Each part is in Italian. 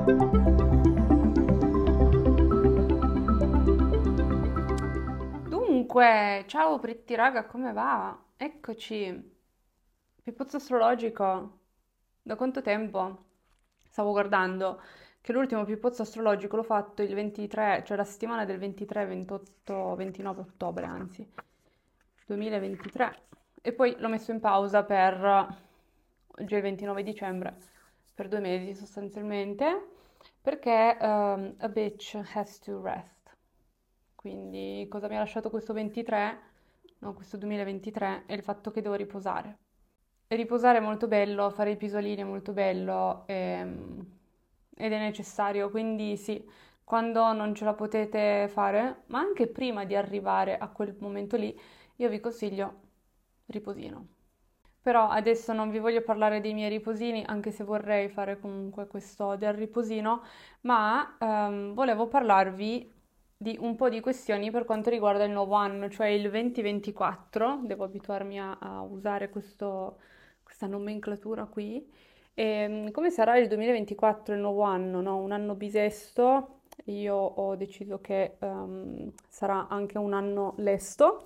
Dunque, ciao Pritti raga, come va? Eccoci, Pippuzzo astrologico. Da quanto tempo? Stavo guardando che l'ultimo Pippuzzo astrologico l'ho fatto il 23, cioè la settimana del 23, 28, 29 ottobre, anzi, 2023. E poi l'ho messo in pausa per oggi è il 29 dicembre, per 2 mesi sostanzialmente, perché a bitch has to rest. Quindi cosa mi ha lasciato questo 23, no, questo 2023, è il fatto che devo riposare. E riposare è molto bello, fare i pisolini è molto bello ed è necessario, quindi sì, quando non ce la potete fare, ma anche prima di arrivare a quel momento lì, io vi consiglio riposino. Però adesso non vi voglio parlare dei miei riposini, anche se vorrei fare comunque questo del riposino, ma volevo parlarvi di un po' di questioni per quanto riguarda il nuovo anno, cioè il 2024. Devo abituarmi a usare questa nomenclatura qui. Come sarà il 2024, il nuovo anno, no? Un anno bisesto. Io ho deciso che sarà anche un anno lesto.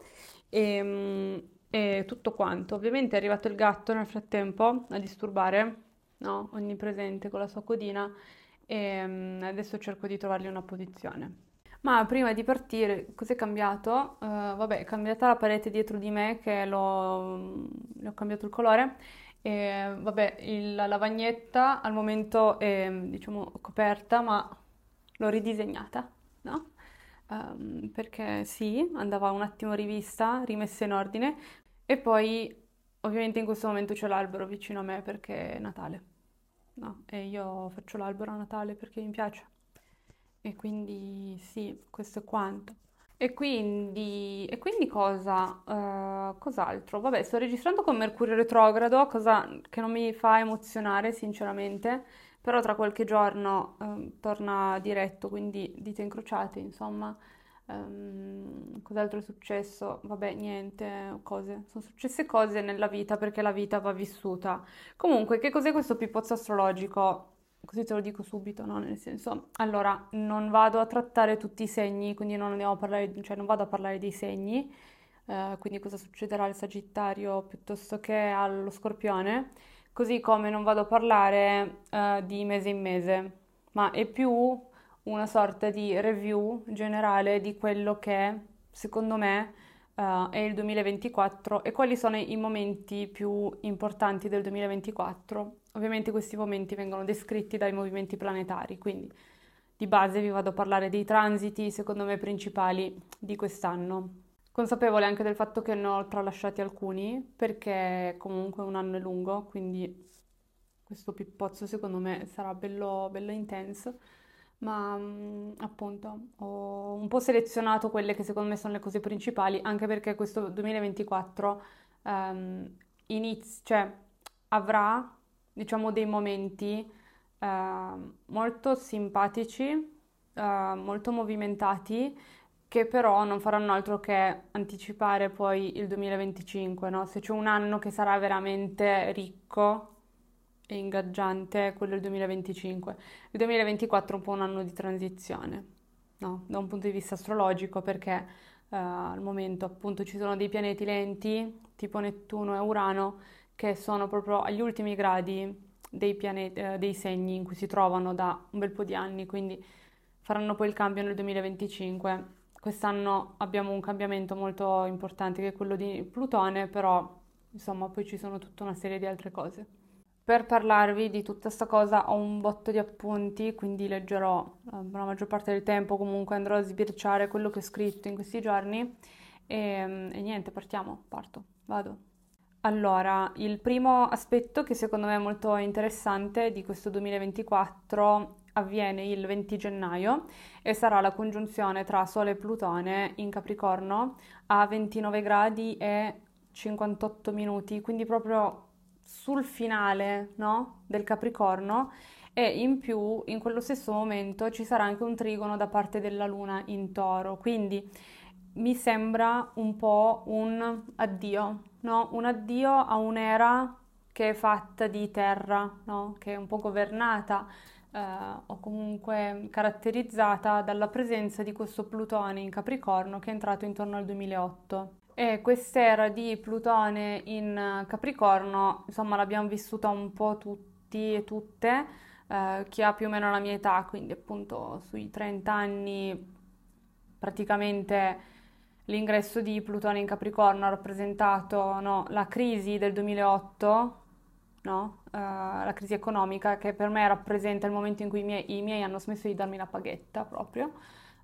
E tutto quanto. Ovviamente è arrivato il gatto nel frattempo a disturbare, no? Onnipresente con la sua codina e adesso cerco di trovargli una posizione. Ma prima di partire, cos'è cambiato? Vabbè, è cambiata la parete dietro di me che le ho cambiato il colore. E, vabbè, la lavagnetta al momento è, diciamo, coperta, ma l'ho ridisegnata, no? Perché sì, andava un attimo rivista, rimessa in ordine. E poi, ovviamente, in questo momento c'è l'albero vicino a me perché è Natale. No, e io faccio l'albero a Natale perché mi piace. E quindi sì, questo è quanto. E quindi cosa? Cos'altro? Vabbè, sto registrando con Mercurio retrogrado, cosa che non mi fa emozionare sinceramente, però tra qualche giorno torna diretto, quindi dita incrociate, insomma. Cos'altro è successo? Vabbè, niente, cose. Sono successe cose nella vita perché la vita va vissuta. Comunque, che cos'è questo pippozzo astrologico? Così te lo dico subito, no? Nel senso, allora, non vado a trattare tutti i segni, quindi non andiamo a parlare, cioè non vado a parlare dei segni, quindi cosa succederà al Sagittario piuttosto che allo Scorpione, così come non vado a parlare, di mese in mese, ma è più una sorta di review generale di quello che, secondo me, è il 2024 e quali sono i momenti più importanti del 2024. Ovviamente questi momenti vengono descritti dai movimenti planetari, quindi di base vi vado a parlare dei transiti, secondo me, principali di quest'anno. Consapevole anche del fatto che ne ho tralasciati alcuni, perché comunque un anno è lungo, quindi questo pippozzo secondo me sarà bello, bello intenso, ma appunto ho un po' selezionato quelle che secondo me sono le cose principali, anche perché questo 2024 cioè, avrà, diciamo, dei momenti molto simpatici, molto movimentati, che però non faranno altro che anticipare poi il 2025, no? Se c'è un anno che sarà veramente ricco e ingaggiante, quello è il 2025. Il 2024 è un po' un anno di transizione, no? Da un punto di vista astrologico, perché al momento appunto ci sono dei pianeti lenti, tipo Nettuno e Urano, che sono proprio agli ultimi gradi dei segni in cui si trovano da un bel po' di anni, quindi faranno poi il cambio nel 2025. Quest'anno abbiamo un cambiamento molto importante che è quello di Plutone, però insomma poi ci sono tutta una serie di altre cose. Per parlarvi di tutta sta cosa ho un botto di appunti, quindi leggerò la maggior parte del tempo, comunque andrò a sbirciare quello che ho scritto in questi giorni e niente, parto, vado. Allora, il primo aspetto che secondo me è molto interessante di questo 2024 avviene il 20 gennaio e sarà la congiunzione tra Sole e Plutone in Capricorno a 29 gradi e 58 minuti, quindi proprio sul finale, no, del Capricorno e in più in quello stesso momento ci sarà anche un trigono da parte della Luna in Toro, quindi mi sembra un po' un addio, no? Un addio a un'era che è fatta di terra, no? Che è un po' governata o comunque caratterizzata dalla presenza di questo Plutone in Capricorno che è entrato intorno al 2008. E quest'era di Plutone in Capricorno, insomma, l'abbiamo vissuta un po' tutti e tutte, chi ha più o meno la mia età, quindi appunto sui 30 anni, praticamente l'ingresso di Plutone in Capricorno ha rappresentato, no, la crisi del 2008, no? La crisi economica che per me rappresenta il momento in cui i miei hanno smesso di darmi la paghetta proprio.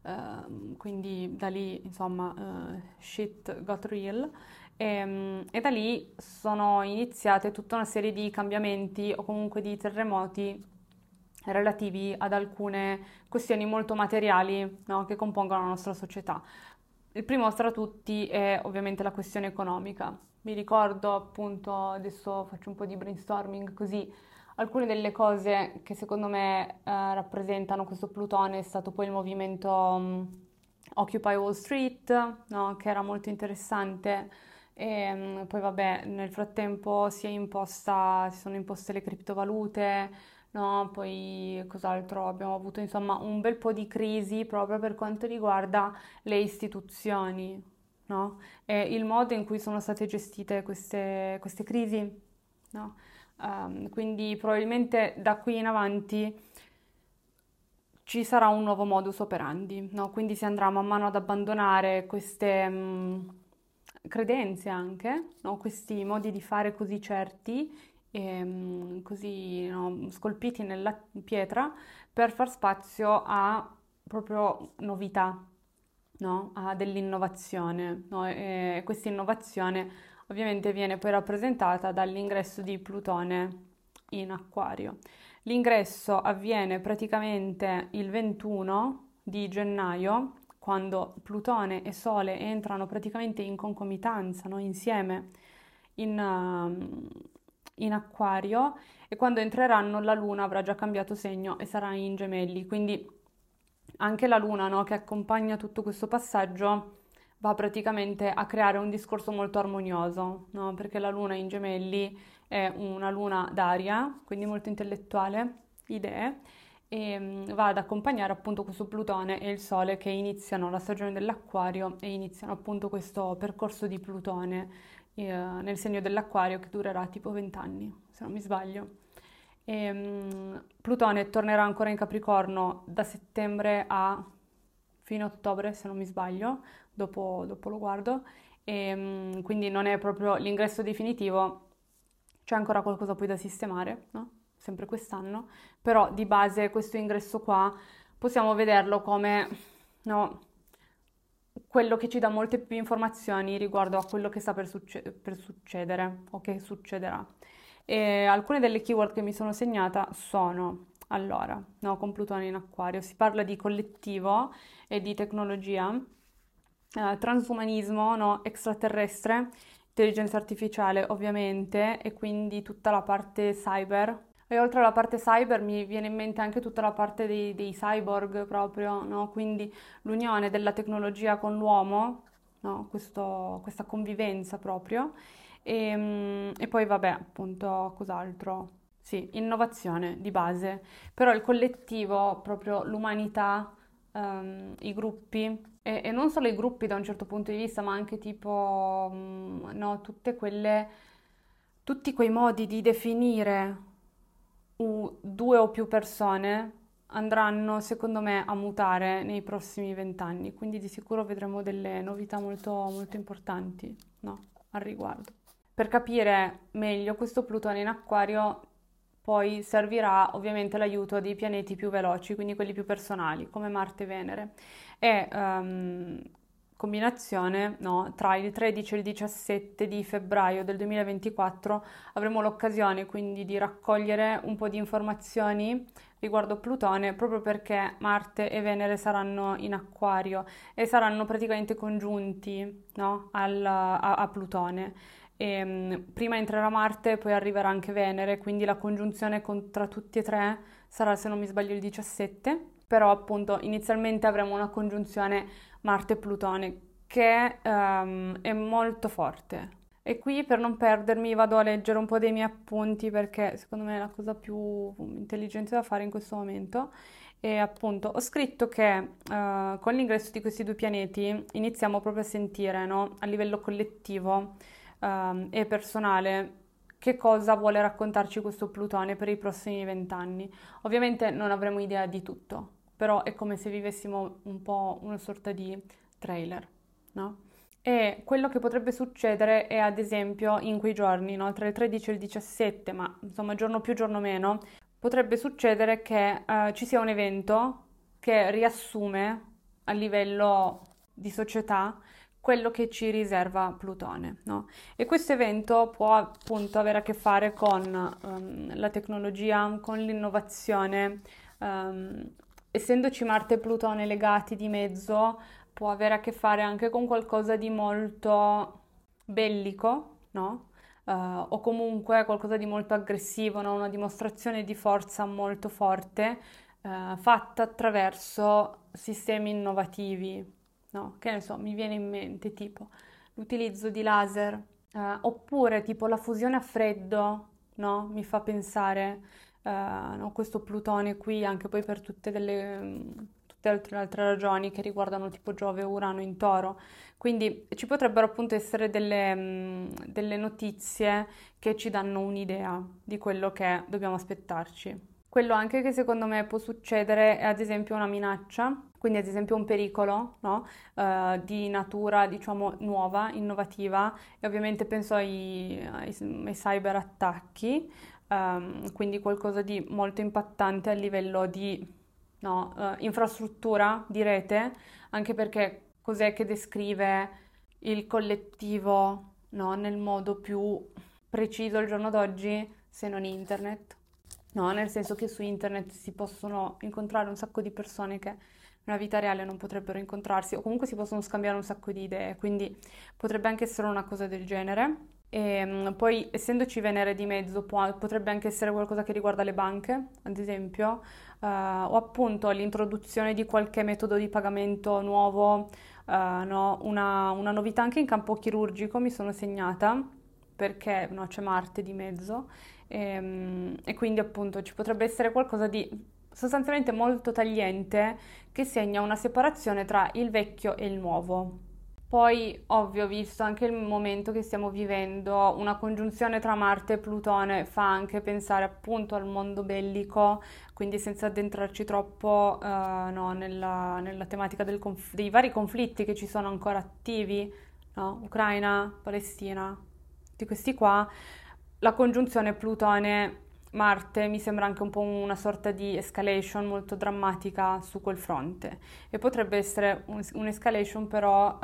Quindi da lì, insomma, shit got real. E da lì sono iniziate tutta una serie di cambiamenti o comunque di terremoti relativi ad alcune questioni molto materiali, no, che compongono la nostra società. Il primo tra tutti è ovviamente la questione economica. Mi ricordo appunto, adesso faccio un po' di brainstorming così, alcune delle cose che secondo me rappresentano questo Plutone è stato poi il movimento Occupy Wall Street, no, che era molto interessante. E poi vabbè, nel frattempo si sono imposte le criptovalute, no? Poi cos'altro? Abbiamo avuto insomma un bel po' di crisi proprio per quanto riguarda le istituzioni, no? E il modo in cui sono state gestite queste crisi, no? Quindi probabilmente da qui in avanti ci sarà un nuovo modus operandi, no? Quindi si andrà man mano ad abbandonare queste credenze anche, no? Questi modi di fare così certi e così, no, scolpiti nella pietra per far spazio a proprio novità, no? A dell'innovazione, no? E questa innovazione ovviamente viene poi rappresentata dall'ingresso di Plutone in Acquario. L'ingresso avviene praticamente il 21 di gennaio, quando Plutone e Sole entrano praticamente in concomitanza, no? Insieme in Acquario, e quando entreranno la Luna avrà già cambiato segno e sarà in Gemelli, quindi anche la Luna, no, che accompagna tutto questo passaggio va praticamente a creare un discorso molto armonioso, no? Perché la Luna in Gemelli è una luna d'aria, quindi molto intellettuale, idee, e va ad accompagnare appunto questo Plutone e il Sole che iniziano la stagione dell'Acquario e iniziano appunto questo percorso di Plutone nel segno dell'Acquario che durerà tipo 20 anni, se non mi sbaglio. Plutone tornerà ancora in Capricorno da settembre a fine ottobre, se non mi sbaglio, dopo lo guardo, quindi non è proprio l'ingresso definitivo, c'è ancora qualcosa poi da sistemare, no? Sempre quest'anno, però di base questo ingresso qua possiamo vederlo come, no, quello che ci dà molte più informazioni riguardo a quello che sta per succedere o che succederà. E alcune delle keyword che mi sono segnata sono, allora, no, con Plutone in Acquario, si parla di collettivo e di tecnologia, transumanismo, no, extraterrestre, intelligenza artificiale ovviamente e quindi tutta la parte cyber. E oltre alla parte cyber mi viene in mente anche tutta la parte dei cyborg proprio, no? Quindi l'unione della tecnologia con l'uomo, no? Questa convivenza proprio. E poi vabbè, appunto, cos'altro? Sì, innovazione di base, però il collettivo, proprio l'umanità, i gruppi, e non solo i gruppi da un certo punto di vista, ma anche tipo, no, tutti quei modi di definire due o più persone andranno, secondo me, a mutare nei prossimi 20 anni, quindi di sicuro vedremo delle novità molto, molto importanti, no, al riguardo. Per capire meglio questo Plutone in Acquario poi servirà ovviamente l'aiuto dei pianeti più veloci, quindi quelli più personali, come Marte e Venere. E combinazione, no, tra il 13 e il 17 di febbraio del 2024 avremo l'occasione quindi di raccogliere un po' di informazioni riguardo Plutone, proprio perché Marte e Venere saranno in Acquario e saranno praticamente congiunti, no, a Plutone. Prima entrerà Marte, poi arriverà anche Venere, quindi la congiunzione tra tutti e tre sarà, se non mi sbaglio, il 17, però appunto inizialmente avremo una congiunzione Marte e Plutone che è molto forte. E qui per non perdermi vado a leggere un po' dei miei appunti perché secondo me è la cosa più intelligente da fare in questo momento. E appunto ho scritto che con l'ingresso di questi due pianeti iniziamo proprio a sentire, no, a livello collettivo e personale che cosa vuole raccontarci questo Plutone per i prossimi 20 anni. Ovviamente non avremo idea di tutto, però è come se vivessimo un po' una sorta di trailer, no? E quello che potrebbe succedere è ad esempio in quei giorni, no? Tra il 13 e il 17, ma insomma giorno più giorno meno, potrebbe succedere che ci sia un evento che riassume a livello di società quello che ci riserva Plutone, no? E questo evento può appunto avere a che fare con la tecnologia, con l'innovazione, essendoci Marte e Plutone legati di mezzo, può avere a che fare anche con qualcosa di molto bellico, no? O comunque qualcosa di molto aggressivo, no? Una dimostrazione di forza molto forte, fatta attraverso sistemi innovativi, no? Che ne so, mi viene in mente tipo l'utilizzo di laser, oppure tipo la fusione a freddo, no? Mi fa pensare, no? Questo Plutone qui, anche poi per tutte altre ragioni che riguardano tipo Giove e Urano in Toro. Quindi ci potrebbero appunto essere delle notizie che ci danno un'idea di quello che dobbiamo aspettarci. Quello anche che secondo me può succedere è ad esempio una minaccia, quindi ad esempio un pericolo, no? Di natura diciamo nuova, innovativa e ovviamente penso ai cyberattacchi, quindi qualcosa di molto impattante a livello di no, infrastruttura di rete, anche perché cos'è che descrive il collettivo, no, nel modo più preciso al giorno d'oggi se non internet? No, nel senso che su internet si possono incontrare un sacco di persone che nella vita reale non potrebbero incontrarsi o comunque si possono scambiare un sacco di idee, quindi potrebbe anche essere una cosa del genere. E poi, essendoci Venere di mezzo, potrebbe anche essere qualcosa che riguarda le banche, ad esempio, o appunto l'introduzione di qualche metodo di pagamento nuovo, no? Una novità anche in campo chirurgico mi sono segnata perché no, c'è Marte di mezzo e quindi appunto ci potrebbe essere qualcosa di sostanzialmente molto tagliente che segna una separazione tra il vecchio e il nuovo. Poi, ovvio, visto anche il momento che stiamo vivendo, una congiunzione tra Marte e Plutone fa anche pensare appunto al mondo bellico, quindi senza addentrarci troppo no, nella tematica dei vari conflitti che ci sono ancora attivi, no? Ucraina, Palestina, di questi qua, la congiunzione Plutone-Marte mi sembra anche un po' una sorta di escalation molto drammatica su quel fronte e potrebbe essere un'escalation però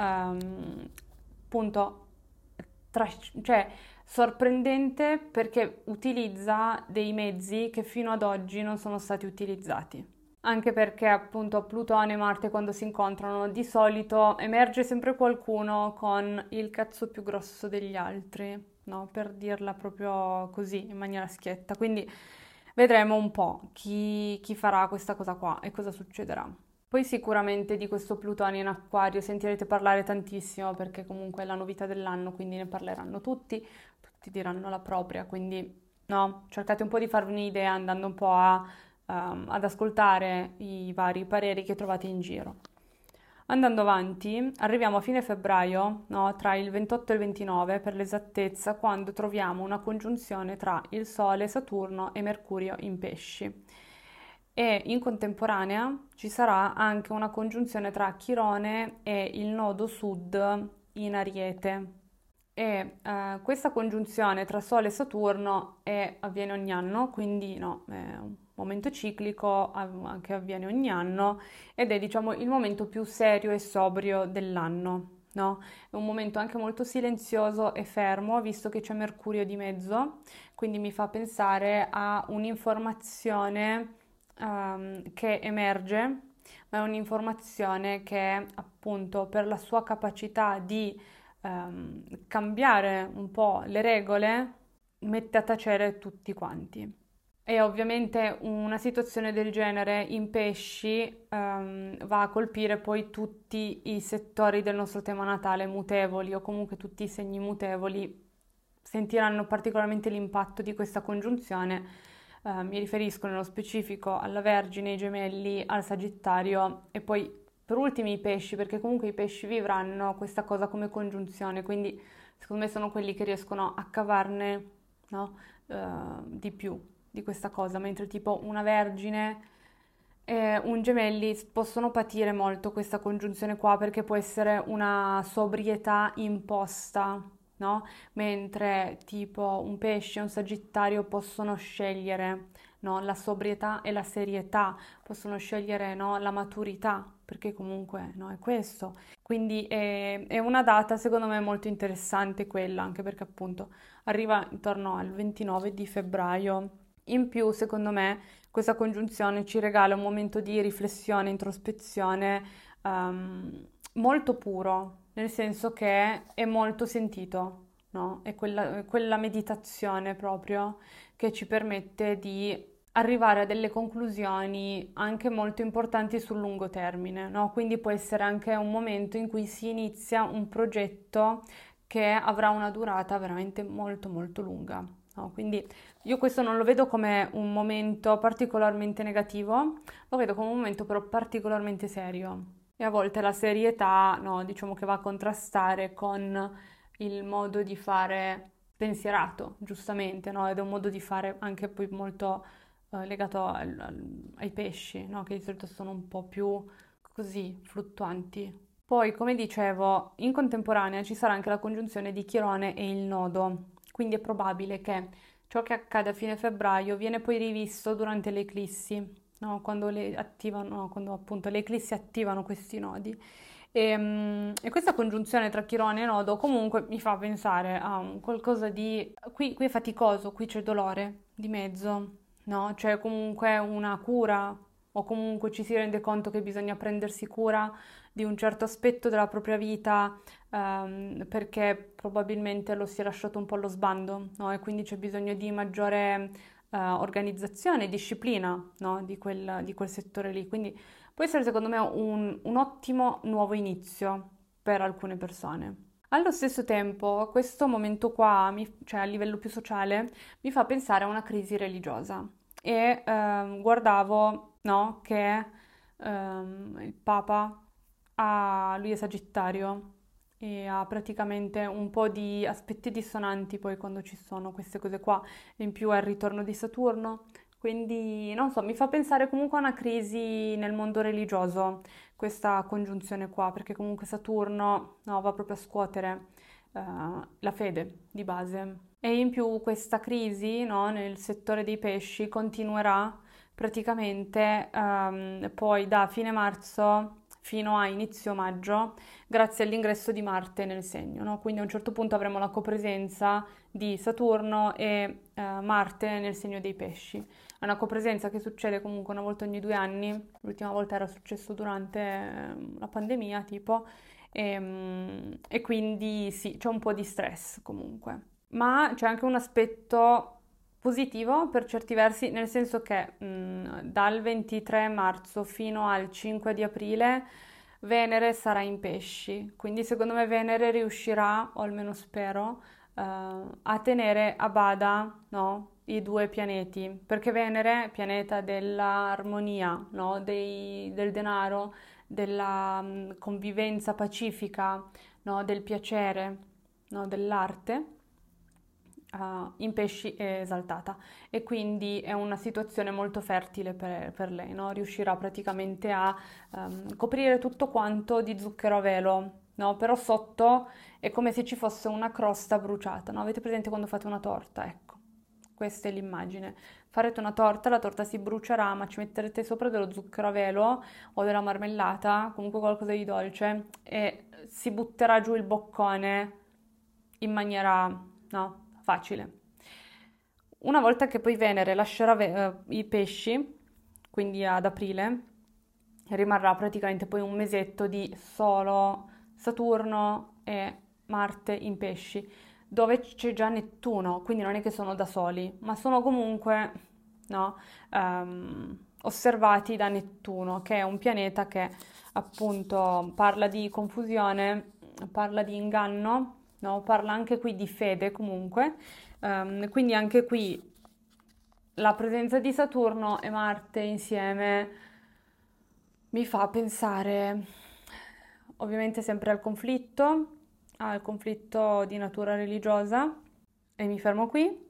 appunto cioè sorprendente perché utilizza dei mezzi che fino ad oggi non sono stati utilizzati. Anche perché appunto Plutone e Marte quando si incontrano di solito emerge sempre qualcuno con il cazzo più grosso degli altri, no? Per dirla proprio così, in maniera schietta. Quindi vedremo un po' chi farà questa cosa qua e cosa succederà. Poi sicuramente di questo Plutone in Acquario sentirete parlare tantissimo perché comunque è la novità dell'anno, quindi ne parleranno tutti diranno la propria, quindi no, cercate un po' di farvi un'idea andando un po' ad ascoltare i vari pareri che trovate in giro. Andando avanti, arriviamo a fine febbraio, no, tra il 28 e il 29 per l'esattezza, quando troviamo una congiunzione tra il Sole, Saturno e Mercurio in Pesci. E in contemporanea ci sarà anche una congiunzione tra Chirone e il nodo sud in Ariete. E questa congiunzione tra Sole e Saturno avviene ogni anno, quindi no, è un momento ciclico che avviene ogni anno ed è diciamo il momento più serio e sobrio dell'anno, no? È un momento anche molto silenzioso e fermo, visto che c'è Mercurio di mezzo, quindi mi fa pensare a un'informazione che emerge, ma è un'informazione che appunto per la sua capacità di cambiare un po' le regole mette a tacere tutti quanti. E ovviamente una situazione del genere in pesci va a colpire poi tutti i settori del nostro tema natale mutevoli o comunque tutti i segni mutevoli sentiranno particolarmente l'impatto di questa congiunzione. Mi riferisco nello specifico alla Vergine, ai Gemelli, al Sagittario e poi per ultimi i Pesci, perché comunque i Pesci vivranno questa cosa come congiunzione, quindi secondo me sono quelli che riescono a cavarne, no, di più di questa cosa, mentre tipo una Vergine e un Gemelli possono patire molto questa congiunzione qua perché può essere una sobrietà imposta, no? Mentre tipo un Pesce e un Sagittario possono scegliere, no, la sobrietà e la serietà, possono scegliere, no, la maturità, perché comunque, no, è questo. Quindi è una data secondo me molto interessante quella, anche perché appunto arriva intorno al 29 di febbraio. In più, secondo me, questa congiunzione ci regala un momento di riflessione, introspezione molto puro, nel senso che è molto sentito, no? È quella meditazione proprio che ci permette di arrivare a delle conclusioni anche molto importanti sul lungo termine, no? Quindi può essere anche un momento in cui si inizia un progetto che avrà una durata veramente molto molto lunga, no? Quindi io questo non lo vedo come un momento particolarmente negativo, lo vedo come un momento però particolarmente serio. E a volte la serietà, no, diciamo che va a contrastare con il modo di fare pensierato, giustamente, no? Ed è un modo di fare anche poi molto legato ai pesci, no? Che di solito sono un po' più così fluttuanti. Poi, come dicevo, in contemporanea ci sarà anche la congiunzione di Chirone e il nodo, quindi è probabile che ciò che accade a fine febbraio viene poi rivisto durante le eclissi, no? Quando appunto le eclissi attivano questi nodi. E questa congiunzione tra Chirone e Nodo comunque mi fa pensare a un qualcosa di... Qui è faticoso, qui c'è dolore di mezzo, no? C'è comunque una cura o comunque ci si rende conto che bisogna prendersi cura di un certo aspetto della propria vita perché probabilmente lo si è lasciato un po' allo sbando, no? E quindi c'è bisogno di maggiore organizzazione e disciplina, no? Di quel settore lì. Quindi può essere secondo me un ottimo nuovo inizio per alcune persone. Allo stesso tempo, questo momento qua, cioè a livello più sociale, mi fa pensare a una crisi religiosa. E guardavo, no, che il Papa lui è Sagittario e ha praticamente un po' di aspetti dissonanti poi quando ci sono queste cose qua, in più è il ritorno di Saturno, quindi non so, mi fa pensare comunque a una crisi nel mondo religioso, questa congiunzione qua, perché comunque Saturno, no, va proprio a scuotere la fede di base. E in più questa crisi, no, nel settore dei pesci continuerà praticamente poi da fine marzo fino a inizio maggio, grazie all'ingresso di Marte nel segno, no? Quindi a un certo punto avremo la copresenza di Saturno e Marte nel segno dei pesci. È una copresenza che succede comunque una volta ogni 2 anni, l'ultima volta era successo durante la pandemia, tipo, e quindi sì, c'è un po' di stress comunque. Ma c'è anche un aspetto positivo per certi versi, nel senso che dal 23 marzo fino al 5 di aprile Venere sarà in pesci, quindi secondo me Venere riuscirà, o almeno spero, a tenere a bada, no, i due pianeti, perché Venere è pianeta dell'armonia, no, del denaro, della convivenza pacifica, no, del piacere, no, dell'arte. In pesci è esaltata e quindi è una situazione molto fertile per lei, no? Riuscirà praticamente a coprire tutto quanto di zucchero a velo, no? Però sotto è come se ci fosse una crosta bruciata, no? Avete presente quando fate una torta? Ecco, questa è l'immagine. Farete una torta, la torta si brucerà, ma ci metterete sopra dello zucchero a velo o della marmellata, comunque qualcosa di dolce e si butterà giù il boccone in maniera, no? Facile. Una volta che poi Venere lascerà i pesci, quindi ad aprile, rimarrà praticamente poi un mesetto di solo Saturno e Marte in pesci, dove c'è già Nettuno, quindi non è che sono da soli, ma sono comunque, no, osservati da Nettuno, che è un pianeta che appunto parla di confusione, parla di inganno, no? Parla anche qui di fede comunque. Quindi anche qui la presenza di Saturno e Marte insieme mi fa pensare ovviamente sempre al conflitto di natura religiosa, e mi fermo qui.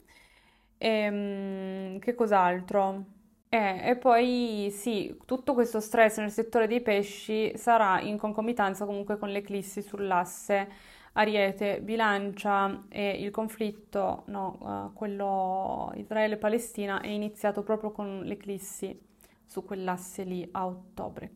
Che cos'altro? E poi sì, tutto questo stress nel settore dei pesci sarà in concomitanza comunque con l'eclissi sull'asse Ariete-Bilancia, e il conflitto, no, quello Israele-Palestina è iniziato proprio con l'eclissi su quell'asse lì a ottobre.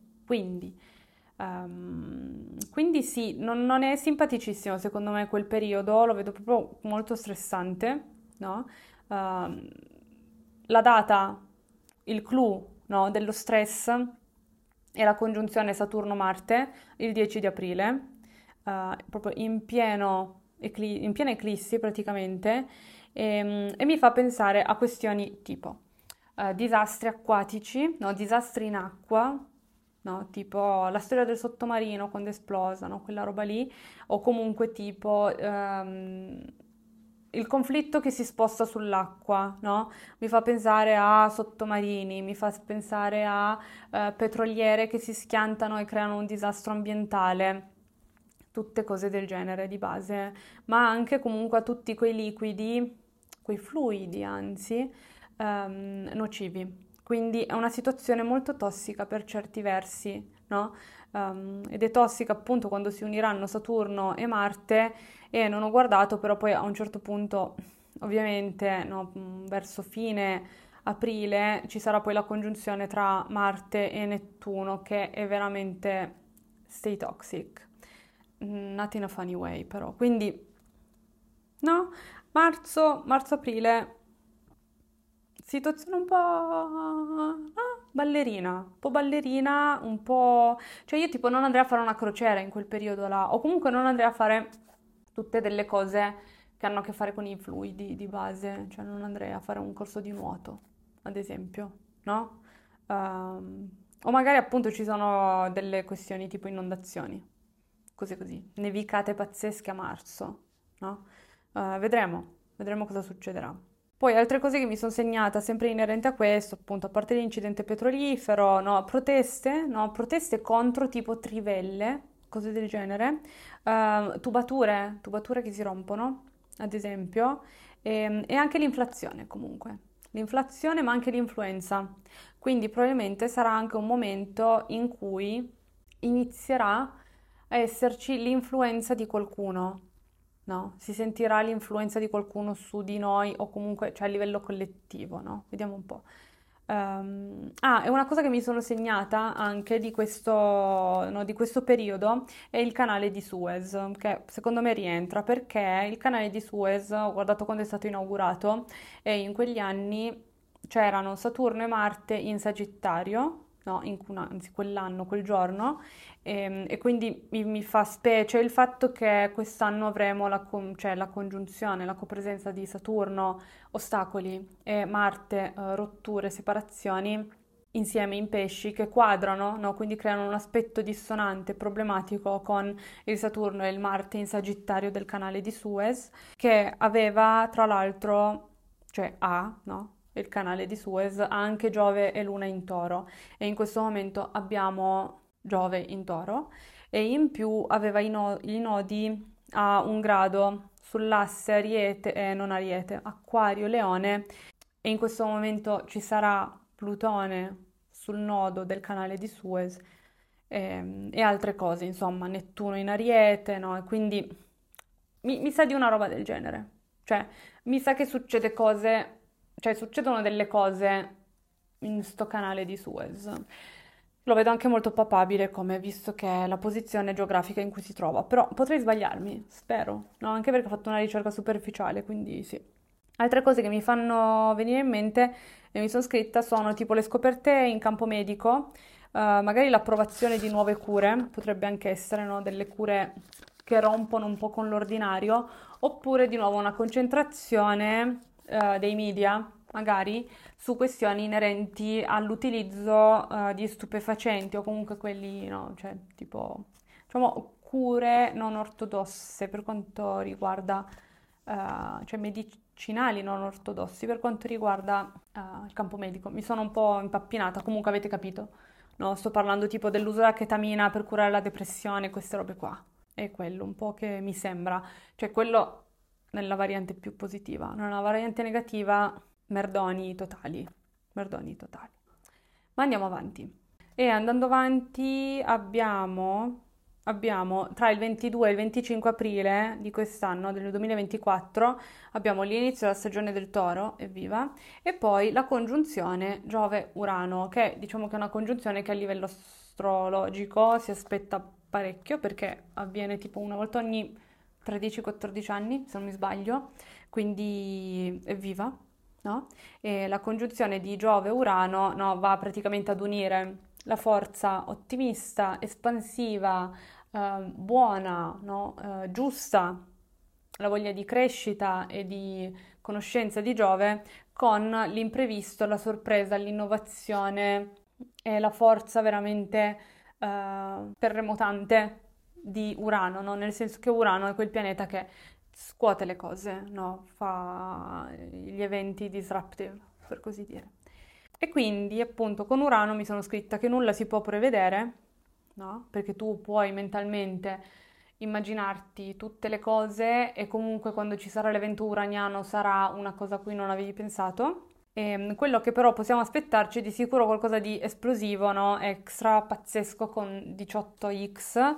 Quindi sì, non è simpaticissimo secondo me quel periodo, lo vedo proprio molto stressante, no? Ehm, la data, il clou, no, dello stress è la congiunzione Saturno-Marte il 10 di aprile, proprio in piena eclissi praticamente, e mi fa pensare a questioni tipo disastri acquatici, no, disastri in acqua, no, tipo la storia del sottomarino quando è esplosa, no, quella roba lì, o comunque tipo il conflitto che si sposta sull'acqua, no? Mi fa pensare a sottomarini, mi fa pensare a petroliere che si schiantano e creano un disastro ambientale, tutte cose del genere di base, ma anche comunque a tutti quei liquidi, quei fluidi anzi, nocivi. Quindi è una situazione molto tossica per certi versi, no? Ed è tossica appunto quando si uniranno Saturno e Marte, e non ho guardato, però poi a un certo punto, ovviamente, no, verso fine aprile ci sarà poi la congiunzione tra Marte e Nettuno, che è veramente stay toxic. Not in a funny way, però. Quindi, no, marzo-aprile, situazione un po' ballerina, un po' ballerina, un po'. Cioè io tipo non andrei a fare una crociera in quel periodo là, o comunque non andrei a fare tutte delle cose che hanno a che fare con i fluidi di base, cioè non andrei a fare un corso di nuoto, ad esempio, no? O magari appunto ci sono delle questioni tipo inondazioni, cose così, nevicate pazzesche a marzo, no? Vedremo cosa succederà. Poi altre cose che mi sono segnata, sempre inerente a questo, appunto, a parte l'incidente petrolifero, no, proteste, no, proteste contro tipo trivelle, cose del genere, tubature che si rompono, ad esempio, e anche l'inflazione comunque. L'inflazione ma anche l'influenza. Quindi probabilmente sarà anche un momento in cui inizierà a esserci l'influenza di qualcuno, no? Si sentirà l'influenza di qualcuno su di noi, o comunque, cioè a livello collettivo, no? Vediamo un po'. E una cosa che mi sono segnata anche di questo, no, di questo periodo è il canale di Suez, che secondo me rientra perché il canale di Suez, ho guardato quando è stato inaugurato, e in quegli anni c'erano Saturno e Marte in Sagittario, no, anzi quell'anno, quel giorno, e quindi mi fa specie il fatto che quest'anno avremo cioè la congiunzione, la copresenza di Saturno, ostacoli, e Marte, rotture, separazioni, insieme in pesci che quadrano, no? Quindi creano un aspetto dissonante, problematico con il Saturno e il Marte in Sagittario del canale di Suez, che aveva tra l'altro, cioè no? Il canale di Suez ha anche Giove e Luna in Toro, e in questo momento abbiamo Giove in Toro, e in più aveva i nodi a un grado sull'asse Ariete, non Ariete, Acquario, Leone, e in questo momento ci sarà Plutone sul nodo del canale di Suez, e altre cose, insomma, Nettuno in Ariete, no? E quindi mi sa di una roba del genere, cioè mi sa che succedono delle cose in sto canale di Suez. Lo vedo anche molto papabile, come visto che è la posizione geografica in cui si trova, però potrei sbagliarmi, spero, no? Anche perché ho fatto una ricerca superficiale, quindi sì. Altre cose che mi fanno venire in mente e mi sono scritta sono tipo le scoperte in campo medico, magari l'approvazione di nuove cure, potrebbe anche essere, no, delle cure che rompono un po' con l'ordinario, oppure di nuovo una concentrazione dei media, magari, su questioni inerenti all'utilizzo di stupefacenti, o comunque quelli, no, cioè tipo, diciamo, cure non ortodosse per quanto riguarda, cioè medicinali non ortodossi per quanto riguarda il campo medico. Mi sono un po' impappinata, comunque avete capito, no? Sto parlando tipo dell'uso della chetamina per curare la depressione, queste robe qua. È quello un po' che mi sembra, cioè quello nella variante più positiva, nella variante negativa, merdoni totali, merdoni totali. Ma andiamo avanti. E andando avanti abbiamo tra il 22 e il 25 aprile di quest'anno, del 2024, abbiamo l'inizio della stagione del Toro, evviva, e poi la congiunzione Giove-Urano, che diciamo che è una congiunzione che a livello astrologico si aspetta parecchio perché avviene tipo una volta ogni 13-14 anni, se non mi sbaglio, quindi evviva, no? E la congiunzione di Giove e Urano, no, va praticamente ad unire la forza ottimista, espansiva, buona, no? Giusta, la voglia di crescita e di conoscenza di Giove con l'imprevisto, la sorpresa, l'innovazione e la forza veramente terremotante di Urano, no? Nel senso che Urano è quel pianeta che scuote le cose, no? Fa gli eventi disruptive, per così dire. E quindi, appunto, con Urano mi sono scritta che nulla si può prevedere, no? Perché tu puoi mentalmente immaginarti tutte le cose e comunque quando ci sarà l'evento uraniano sarà una cosa a cui non avevi pensato. Quello che però possiamo aspettarci è di sicuro qualcosa di esplosivo, no? Extra pazzesco con 18X.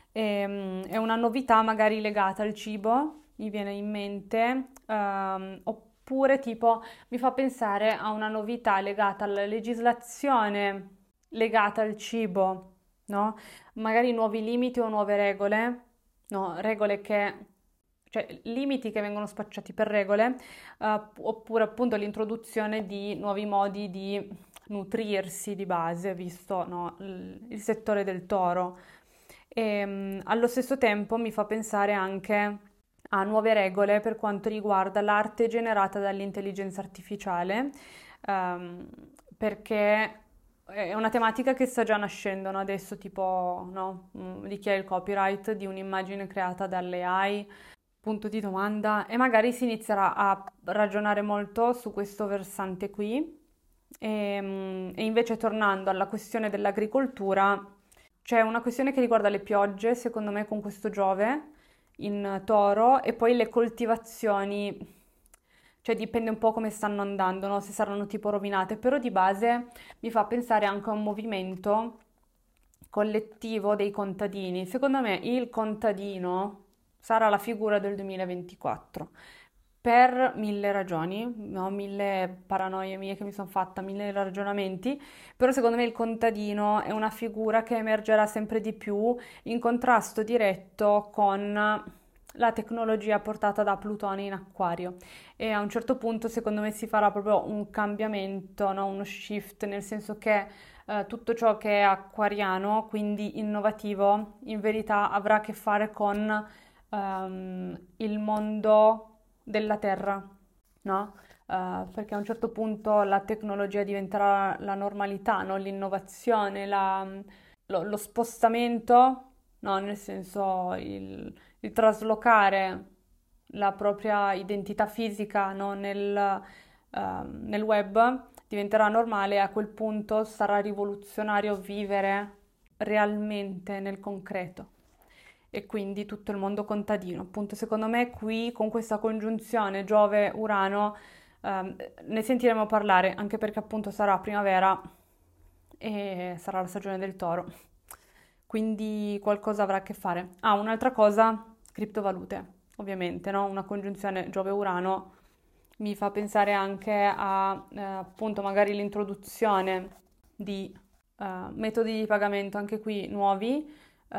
È una novità magari legata al cibo, mi viene in mente, oppure tipo mi fa pensare a una novità legata alla legislazione legata al cibo, no? Magari nuovi limiti o nuove regole, no? Regole che, cioè limiti che vengono spacciati per regole, oppure appunto l'introduzione di nuovi modi di nutrirsi di base, visto, no, il settore del toro. Allo stesso tempo mi fa pensare anche a nuove regole per quanto riguarda l'arte generata dall'intelligenza artificiale, ehm, perché è una tematica che sta già nascendo, no? Adesso, tipo, no? Di chi è il copyright di un'immagine creata dalle AI, punto di domanda, e magari si inizierà a ragionare molto su questo versante qui. E invece tornando alla questione dell'agricoltura, c'è una questione che riguarda le piogge, secondo me, con questo Giove in Toro e poi le coltivazioni, cioè dipende un po' come stanno andando, no? Se saranno tipo rovinate, però di base mi fa pensare anche a un movimento collettivo dei contadini. Secondo me il contadino sarà la figura del 2024 per mille ragioni, no? Mille paranoie mie che mi sono fatta, mille ragionamenti, però secondo me il contadino è una figura che emergerà sempre di più in contrasto diretto con la tecnologia portata da Plutone in Acquario e a un certo punto secondo me si farà proprio un cambiamento, no? Uno shift, nel senso che tutto ciò che è acquariano, quindi innovativo, in verità avrà a che fare con il mondo della Terra, no? Perché a un certo punto la tecnologia diventerà la normalità, no? L'innovazione, lo spostamento, no? Nel senso il traslocare la propria identità fisica, no? Nel web diventerà normale e a quel punto sarà rivoluzionario vivere realmente nel concreto e quindi tutto il mondo contadino. Appunto, secondo me qui con questa congiunzione Giove-Urano ne sentiremo parlare, anche perché appunto sarà primavera e sarà la stagione del toro. Quindi qualcosa avrà a che fare. Ah, un'altra cosa, criptovalute, ovviamente, no? Una congiunzione Giove-Urano mi fa pensare anche a appunto magari l'introduzione di metodi di pagamento anche qui nuovi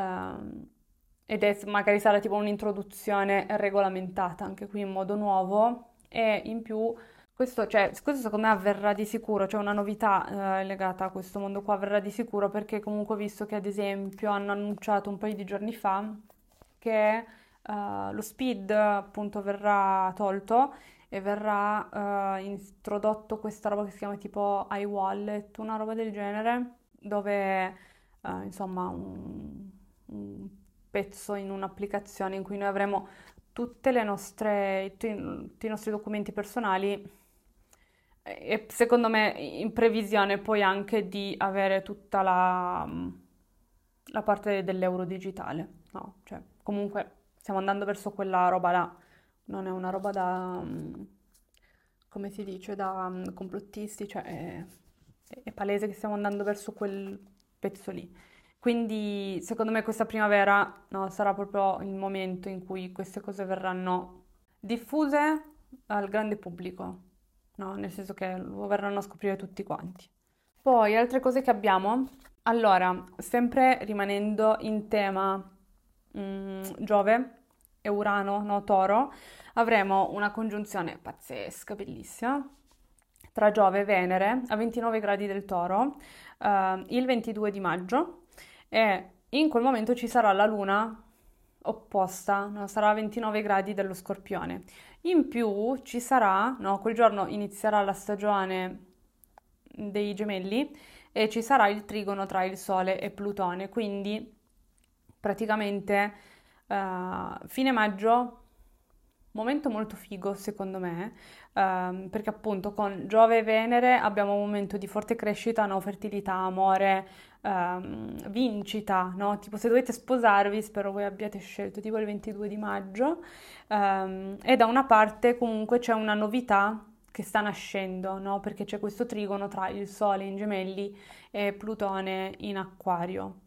ed è magari sarà tipo un'introduzione regolamentata anche qui in modo nuovo e in più questo secondo me avverrà di sicuro, cioè una novità legata a questo mondo qua avverrà di sicuro perché comunque ho visto che ad esempio hanno annunciato un paio di giorni fa che lo SPID appunto verrà tolto e verrà introdotto questa roba che si chiama tipo iWallet, una roba del genere, dove insomma un pezzo in un'applicazione in cui noi avremo tutte le nostre, tutti i nostri documenti personali e secondo me in previsione poi anche di avere tutta la parte dell'euro digitale, no? Cioè, comunque stiamo andando verso quella roba là, non è una roba da, come si dice, da complottisti, cioè è palese che stiamo andando verso quel pezzo lì. Quindi secondo me questa primavera, no, sarà proprio il momento in cui queste cose verranno diffuse al grande pubblico, no? Nel senso che lo verranno a scoprire tutti quanti. Poi altre cose che abbiamo. Allora, sempre rimanendo in tema Giove e Urano, no, Toro, avremo una congiunzione pazzesca, bellissima, tra Giove e Venere a 29 gradi del Toro il 22 di maggio e in quel momento ci sarà la Luna opposta, no? Sarà a 29 gradi dello Scorpione. In più ci sarà, no, quel giorno inizierà la stagione dei Gemelli e ci sarà il trigono tra il Sole e Plutone, quindi praticamente fine maggio, momento molto figo secondo me, perché appunto con Giove e Venere abbiamo un momento di forte crescita, no? Fertilità, amore, vincita, no? Tipo se dovete sposarvi, spero voi abbiate scelto tipo il 22 di maggio, e da una parte comunque c'è una novità che sta nascendo, no? Perché c'è questo trigono tra il Sole in Gemelli e Plutone in Acquario.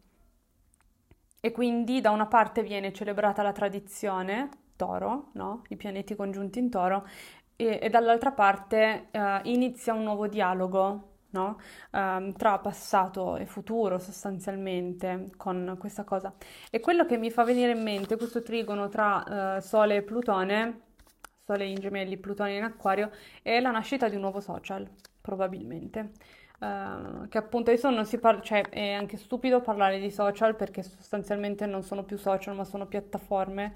E quindi da una parte viene celebrata la tradizione, Toro, no? I pianeti congiunti in Toro, e dall'altra parte inizia un nuovo dialogo, no? Tra passato e futuro sostanzialmente con questa cosa. E quello che mi fa venire in mente questo trigono tra Sole e Plutone, Sole in Gemelli, Plutone in Acquario, è la nascita di un nuovo social, probabilmente. Che appunto adesso non si parla, cioè è anche stupido parlare di social perché sostanzialmente non sono più social, ma sono piattaforme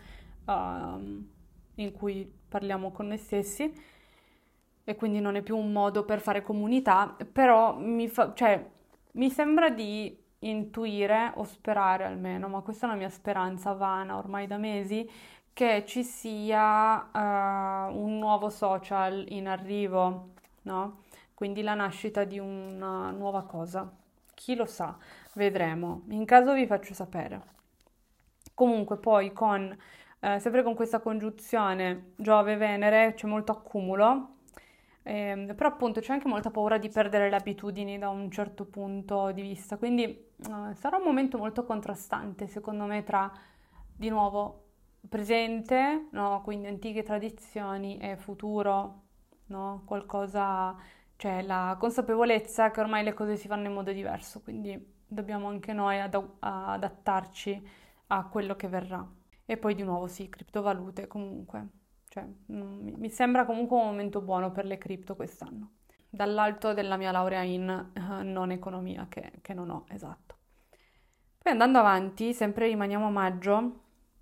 in cui parliamo con noi stessi e quindi non è più un modo per fare comunità, però cioè, mi sembra di intuire o sperare almeno, ma questa è una mia speranza vana ormai da mesi, che ci sia un nuovo social in arrivo, no? Quindi la nascita di una nuova cosa. Chi lo sa, vedremo. In caso vi faccio sapere. Comunque poi sempre con questa congiunzione Giove-Venere c'è molto accumulo, però appunto c'è anche molta paura di perdere le abitudini da un certo punto di vista, quindi sarà un momento molto contrastante secondo me tra di nuovo presente, no? Quindi antiche tradizioni e futuro, no? Qualcosa, cioè la consapevolezza che ormai le cose si fanno in modo diverso, quindi dobbiamo anche noi adattarci a quello che verrà. E poi di nuovo sì, criptovalute comunque, cioè mi sembra comunque un momento buono per le cripto quest'anno, dall'alto della mia laurea in non economia che non ho, esatto. Poi andando avanti, sempre rimaniamo a maggio,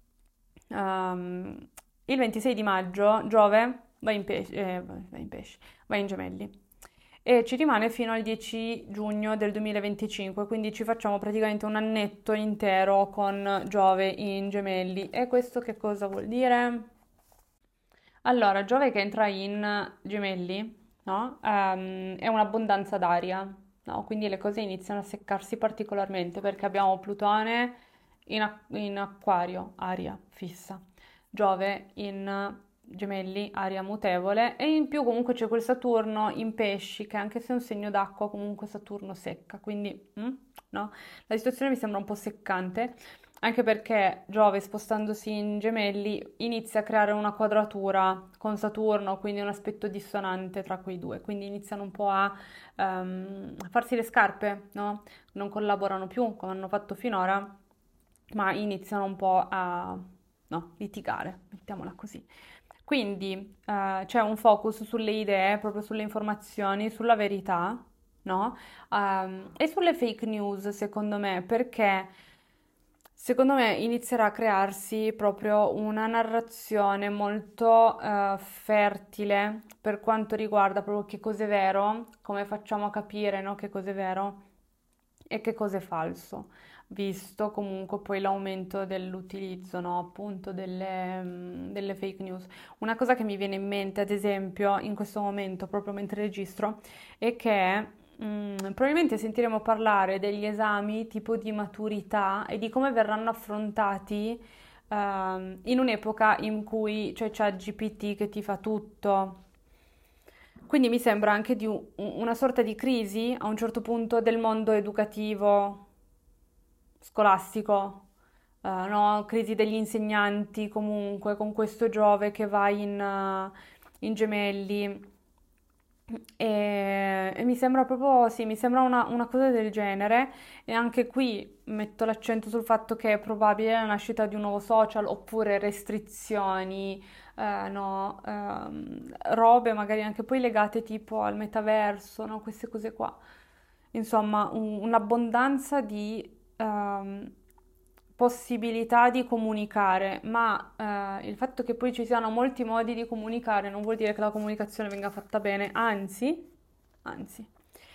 il 26 di maggio Giove va in Gemelli e ci rimane fino al 10 giugno del 2025, quindi ci facciamo praticamente un annetto intero con Giove in Gemelli. E questo che cosa vuol dire? Allora, Giove che entra in Gemelli, no? È un'abbondanza d'aria, no? Quindi le cose iniziano a seccarsi particolarmente perché abbiamo Plutone in Acquario, aria fissa, Giove in Gemelli, aria mutevole, e in più comunque c'è quel Saturno in Pesci che anche se è un segno d'acqua comunque Saturno secca, quindi no? La situazione mi sembra un po' seccante, anche perché Giove spostandosi in Gemelli inizia a creare una quadratura con Saturno, quindi un aspetto dissonante tra quei due, quindi iniziano un po' a farsi le scarpe, no? Non collaborano più come hanno fatto finora, ma iniziano un po' a no, litigare, mettiamola così. Quindi c'è un focus sulle idee, proprio sulle informazioni, sulla verità, no? E sulle fake news, secondo me, perché secondo me inizierà a crearsi proprio una narrazione molto fertile per quanto riguarda proprio che cos'è vero, come facciamo a capire, no, che cos'è vero e che cos'è falso. visto comunque poi l'aumento dell'utilizzo, no, appunto delle fake news. Una cosa che mi viene in mente, ad esempio, in questo momento, proprio mentre registro, è che probabilmente sentiremo parlare degli esami tipo di maturità e di come verranno affrontati in un'epoca in cui c'è ChatGPT che ti fa tutto. Quindi mi sembra anche di una sorta di crisi a un certo punto del mondo educativo scolastico, no? Crisi degli insegnanti comunque con questo Giove che va in gemelli e mi sembra proprio, sì, mi sembra una cosa del genere e anche qui metto l'accento sul fatto che è probabile la nascita di un nuovo social oppure restrizioni, no, robe magari anche poi legate tipo al metaverso, no, queste cose qua. Insomma, un'abbondanza di possibilità di comunicare, ma il fatto che poi ci siano molti modi di comunicare non vuol dire che la comunicazione venga fatta bene, anzi.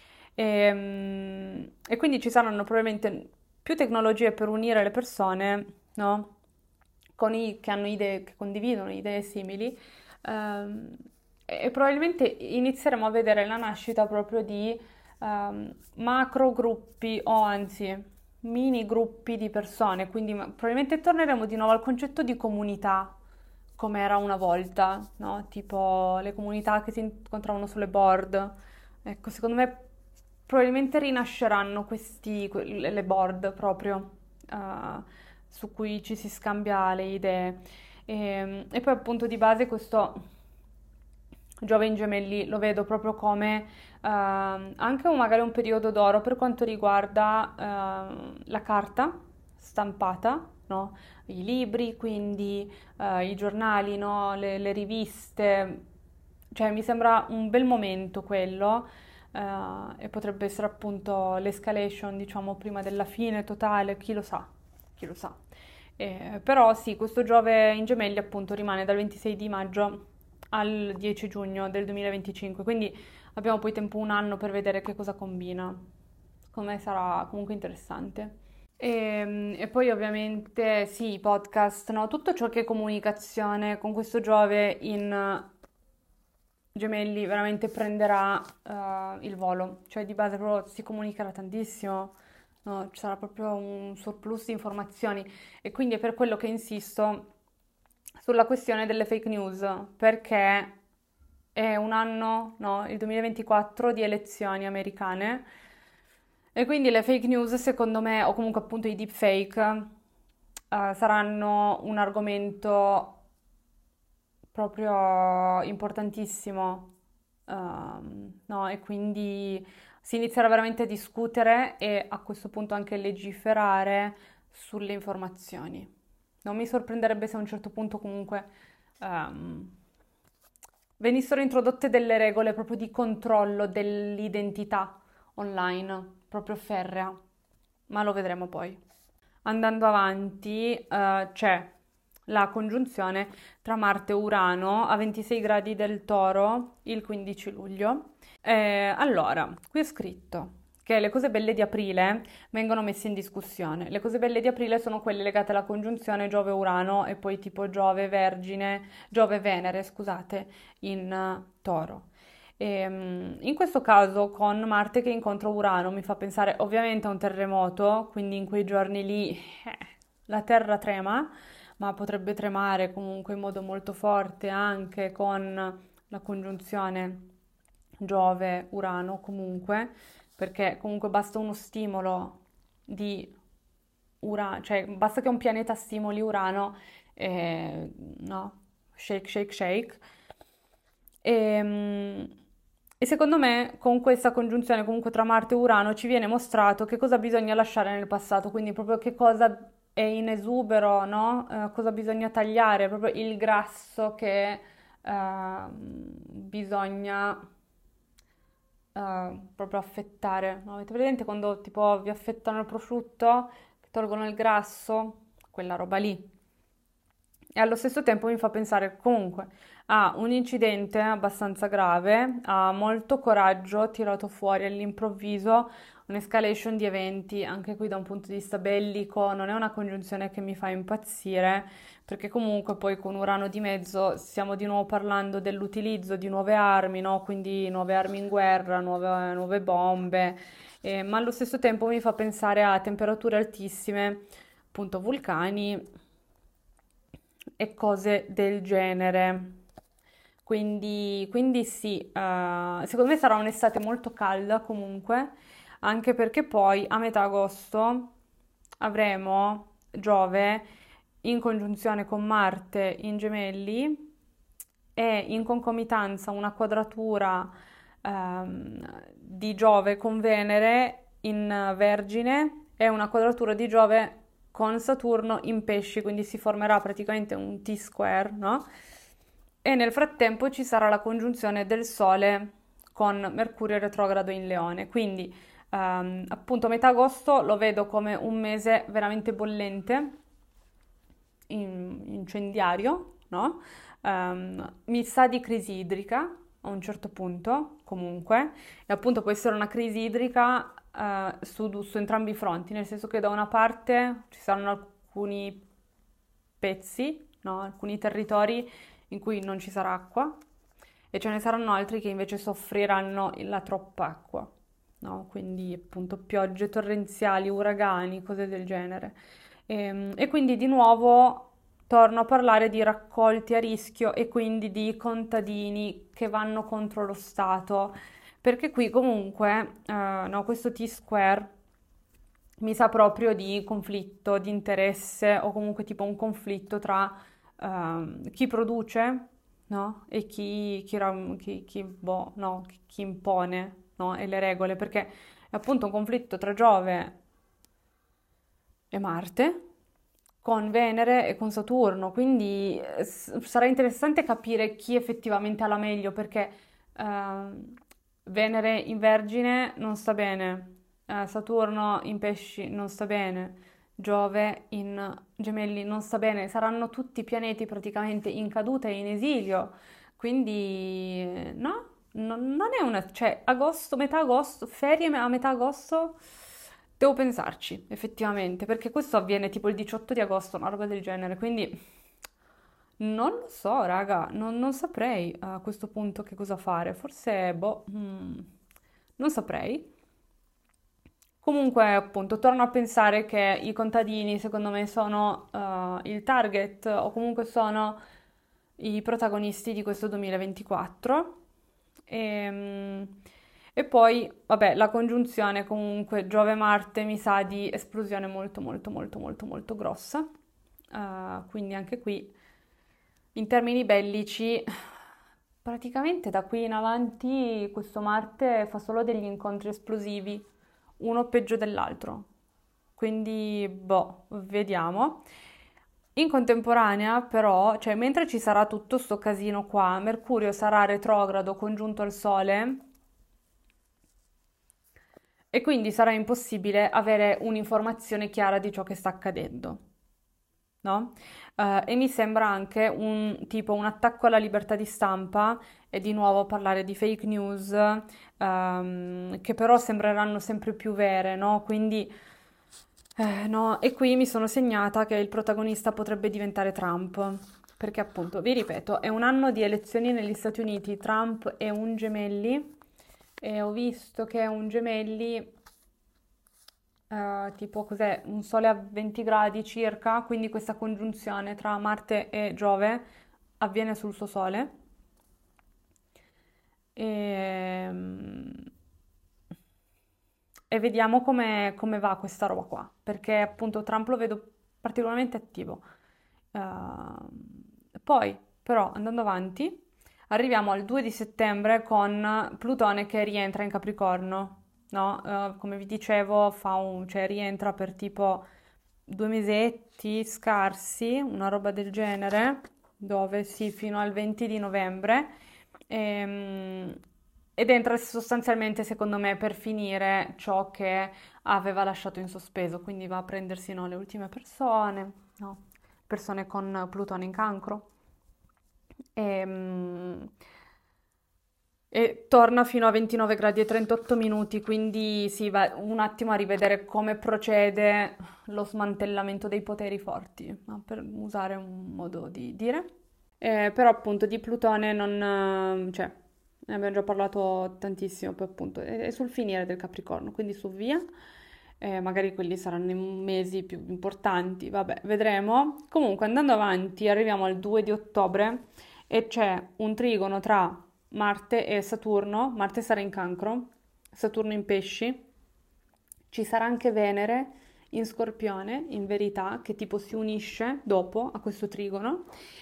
E quindi ci saranno probabilmente più tecnologie per unire le persone, no? Che hanno idee, che condividono idee simili, ehm, e probabilmente inizieremo a vedere la nascita proprio di macro gruppi o anzi mini gruppi di persone, quindi probabilmente torneremo di nuovo al concetto di comunità come era una volta, no? Tipo le comunità che si incontravano sulle board. Ecco, secondo me probabilmente rinasceranno le board proprio, su cui ci si scambia le idee. E poi appunto di base questo Giove in Gemelli lo vedo proprio come anche magari un periodo d'oro per quanto riguarda la carta stampata, no? I libri, quindi i giornali, no? Le riviste, cioè mi sembra un bel momento quello e potrebbe essere appunto l'escalation, diciamo, prima della fine totale, chi lo sa, chi lo sa. Però sì, questo Giove in Gemelli appunto rimane dal 26 di maggio al 10 giugno del 2025, quindi abbiamo poi tempo un anno per vedere che cosa combina. Secondo me sarà comunque interessante. E poi ovviamente sì, i podcast, no? Tutto ciò che è comunicazione con questo Giove in Gemelli veramente prenderà il volo, cioè di base proprio si comunicherà tantissimo, no? Ci sarà proprio un surplus di informazioni e quindi è per quello che insisto sulla questione delle fake news, perché è un anno, no, il 2024 di elezioni americane e quindi le fake news, secondo me, o comunque appunto i deepfake, saranno un argomento proprio importantissimo, no? E quindi si inizierà veramente a discutere e a questo punto anche legiferare sulle informazioni. Non mi sorprenderebbe se a un certo punto comunque ehm, venissero introdotte delle regole proprio di controllo dell'identità online, proprio ferrea, ma lo vedremo poi. Andando avanti, c'è la congiunzione tra Marte e Urano a 26 gradi del Toro il 15 luglio. Allora, qui è scritto che le cose belle di aprile vengono messe in discussione. Le cose belle di aprile sono quelle legate alla congiunzione Giove-Urano e poi tipo Giove-Venere, scusate, in Toro. In questo caso con Marte che incontra Urano mi fa pensare ovviamente a un terremoto, quindi in quei giorni lì la Terra trema, ma potrebbe tremare comunque in modo molto forte anche con la congiunzione Giove-Urano comunque, perché comunque basta uno stimolo di Urano, cioè basta che un pianeta stimoli Urano, no? Shake, shake, shake. E, e secondo me con questa congiunzione comunque tra Marte e Urano ci viene mostrato che cosa bisogna lasciare nel passato, quindi proprio che cosa è in esubero, no? Cosa bisogna tagliare, proprio il grasso che bisogna proprio affettare, no? Avete presente quando tipo vi affettano il prosciutto, che tolgono il grasso? Quella roba lì. E allo stesso tempo mi fa pensare comunque a un incidente abbastanza grave, ha molto coraggio tirato fuori all'improvviso, un'escalation di eventi, anche qui da un punto di vista bellico, non è una congiunzione che mi fa impazzire, perché comunque poi con Urano di mezzo stiamo di nuovo parlando dell'utilizzo di nuove armi, no? Quindi nuove armi in guerra, nuove bombe, ma allo stesso tempo mi fa pensare a temperature altissime, appunto vulcani e cose del genere. Quindi sì, secondo me sarà un'estate molto calda comunque, anche perché poi a metà agosto avremo Giove in congiunzione con Marte in Gemelli e in concomitanza una quadratura di Giove con Venere in Vergine e una quadratura di Giove con Saturno in Pesci, quindi si formerà praticamente un T-square, no? E nel frattempo ci sarà la congiunzione del Sole con Mercurio retrogrado in Leone, quindi appunto metà agosto lo vedo come un mese veramente bollente, incendiario, no? Mi sa di crisi idrica a un certo punto, comunque, e appunto può essere una crisi idrica su entrambi i fronti, nel senso che da una parte ci saranno alcuni pezzi, no? Alcuni territori in cui non ci sarà acqua e ce ne saranno altri che invece soffriranno la troppa acqua, no? Quindi appunto piogge torrenziali, uragani, cose del genere. E quindi di nuovo torno a parlare di raccolti a rischio e quindi di contadini che vanno contro lo Stato, perché qui comunque no, questo T-square mi sa proprio di conflitto di interesse o comunque tipo un conflitto tra chi produce, no? E chi impone, no? E le regole, perché è appunto un conflitto tra Giove e Marte con Venere e con Saturno, quindi sarà interessante capire chi effettivamente ha la meglio, perché Venere in Vergine non sta bene, Saturno in Pesci non sta bene, Giove in Gemelli non sta bene, saranno tutti pianeti praticamente in caduta e in esilio, quindi no, non è una, cioè agosto, metà agosto, ferie a metà agosto, devo pensarci effettivamente, perché questo avviene tipo il 18 di agosto, una roba del genere, quindi non lo so, raga, non saprei a questo punto che cosa fare, forse, boh, non saprei. Comunque, appunto, torno a pensare che i contadini, secondo me, sono il target o comunque sono i protagonisti di questo 2024. E, e poi, vabbè, la congiunzione comunque Giove-Marte mi sa di esplosione molto, molto, molto, molto, molto grossa. Quindi anche qui, in termini bellici, praticamente da qui in avanti questo Marte fa solo degli incontri esplosivi, uno peggio dell'altro. Quindi, boh, vediamo. In contemporanea, però, cioè mentre ci sarà tutto sto casino qua, Mercurio sarà retrogrado congiunto al Sole e quindi sarà impossibile avere un'informazione chiara di ciò che sta accadendo, no? E mi sembra anche un tipo un attacco alla libertà di stampa e di nuovo parlare di fake news, che però sembreranno sempre più vere, no? Quindi no, e qui mi sono segnata che il protagonista potrebbe diventare Trump, perché appunto, vi ripeto, è un anno di elezioni negli Stati Uniti, Trump è un gemelli e ho visto che è un gemelli tipo cos'è, un sole a 20 gradi circa, quindi questa congiunzione tra Marte e Giove avviene sul suo sole. E, e vediamo come va questa roba qua, perché appunto Trump lo vedo particolarmente attivo. Poi, però, andando avanti, arriviamo al 2 di settembre con Plutone che rientra in Capricorno, no? Come vi dicevo, cioè, rientra per tipo 2 mesetti scarsi, una roba del genere, dove sì, fino al 20 di novembre. Ehm, ed entra sostanzialmente, secondo me, per finire ciò che aveva lasciato in sospeso, quindi va a prendersi, no, le ultime persone, no? Persone con Plutone in cancro. E, e torna fino a 29 gradi e 38 minuti, quindi sì, va un attimo a rivedere come procede lo smantellamento dei poteri forti, no? Per usare un modo di dire. Però appunto di Plutone non, cioè, ne abbiamo già parlato tantissimo, poi appunto è sul finire del Capricorno, quindi su via. Magari quelli saranno i mesi più importanti, vabbè, vedremo. Comunque andando avanti arriviamo al 2 di ottobre e c'è un trigono tra Marte e Saturno. Marte sarà in Cancro, Saturno in Pesci. Ci sarà anche Venere in Scorpione, in verità, che tipo si unisce dopo a questo trigono.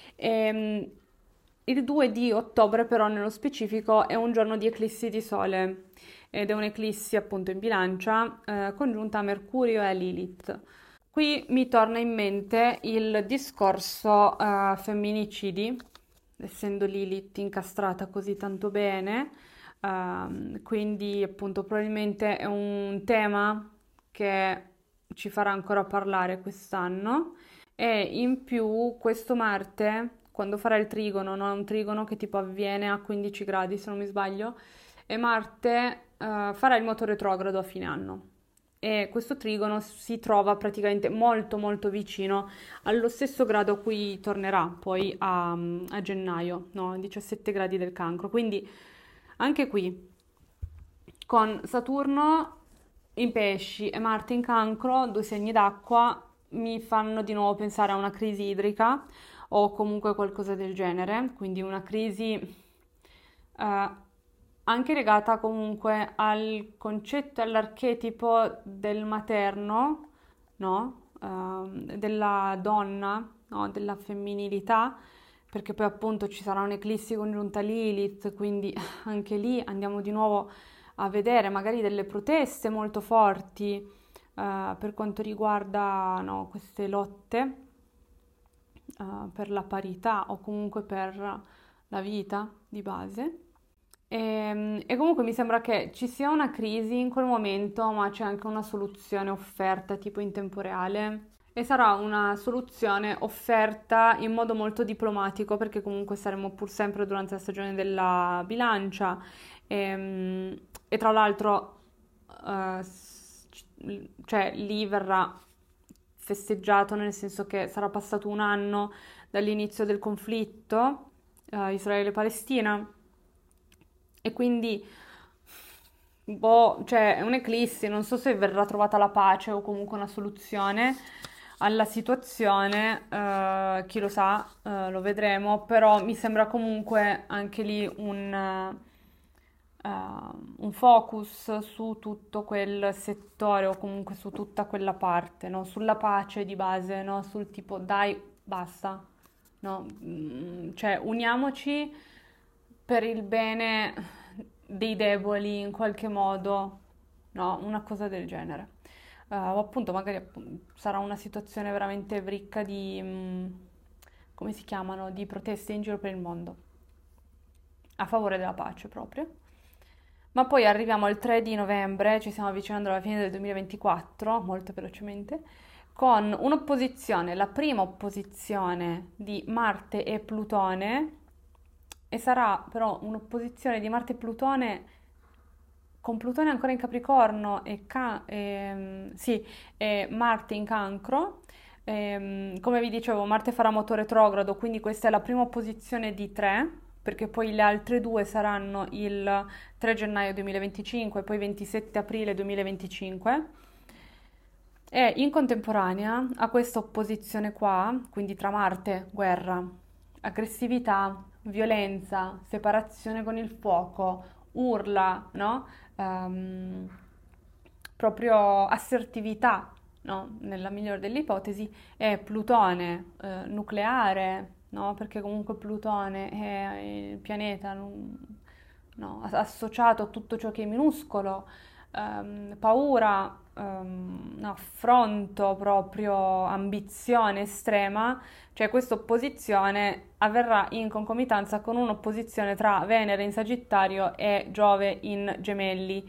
Il 2 di ottobre, però, nello specifico, è un giorno di eclissi di Sole ed è un'eclissi appunto in bilancia, congiunta a Mercurio e a Lilith. Qui mi torna in mente il discorso femminicidi, essendo Lilith incastrata così tanto bene, quindi appunto probabilmente è un tema che ci farà ancora parlare quest'anno e in più questo Marte, quando farà il trigono, no? È un trigono che tipo avviene a 15 gradi se non mi sbaglio, e Marte farà il moto retrogrado a fine anno. E questo trigono si trova praticamente molto molto vicino allo stesso grado a cui tornerà poi a gennaio, no? 17 gradi del Cancro. Quindi anche qui con Saturno in pesci e Marte in Cancro, due segni d'acqua, mi fanno di nuovo pensare a una crisi idrica o comunque qualcosa del genere, quindi una crisi anche legata comunque al concetto e all'archetipo del materno, no? Della donna, no? Della femminilità, perché poi appunto ci sarà un'eclissi congiunta Lilith, quindi anche lì andiamo di nuovo a vedere magari delle proteste molto forti per quanto riguarda, no, queste lotte per la parità o comunque per la vita di base. E comunque mi sembra che ci sia una crisi in quel momento, ma c'è anche una soluzione offerta tipo in tempo reale. E sarà una soluzione offerta in modo molto diplomatico, perché comunque saremo pur sempre durante la stagione della bilancia. E tra l'altro, cioè lì verrà festeggiato, nel senso che sarà passato un anno dall'inizio del conflitto Israele-Palestina e quindi boh, cioè è un'eclissi, non so se verrà trovata la pace o comunque una soluzione alla situazione, chi lo sa, lo vedremo, però mi sembra comunque anche lì un focus su tutto quel settore o comunque su tutta quella parte, no? Sulla pace di base, no? Sul tipo dai, basta, no? Cioè uniamoci per il bene dei deboli in qualche modo, no? Una cosa del genere. O appunto magari sarà una situazione veramente ricca di, come si chiamano, di proteste in giro per il mondo, a favore della pace proprio. Ma poi arriviamo al 3 di novembre, ci stiamo avvicinando alla fine del 2024, molto velocemente, con un'opposizione, la prima opposizione di Marte e Plutone, e sarà però un'opposizione di Marte e Plutone con Plutone ancora in Capricorno sì, e Marte in Cancro. Come vi dicevo, Marte farà moto retrogrado, quindi questa è la prima opposizione di tre, perché poi le altre due saranno il 3 gennaio 2025 e poi 27 aprile 2025. E in contemporanea a questa opposizione qua, quindi tra Marte, guerra, aggressività, violenza, separazione con il fuoco, urla, no? Ehm, Proprio assertività, no? Nella migliore delle ipotesi, è Plutone, nucleare, no? Perché comunque Plutone è il pianeta no? Associato a tutto ciò che è minuscolo, paura, affronto proprio, ambizione estrema, cioè questa opposizione avverrà in concomitanza con un'opposizione tra Venere in Sagittario e Giove in Gemelli.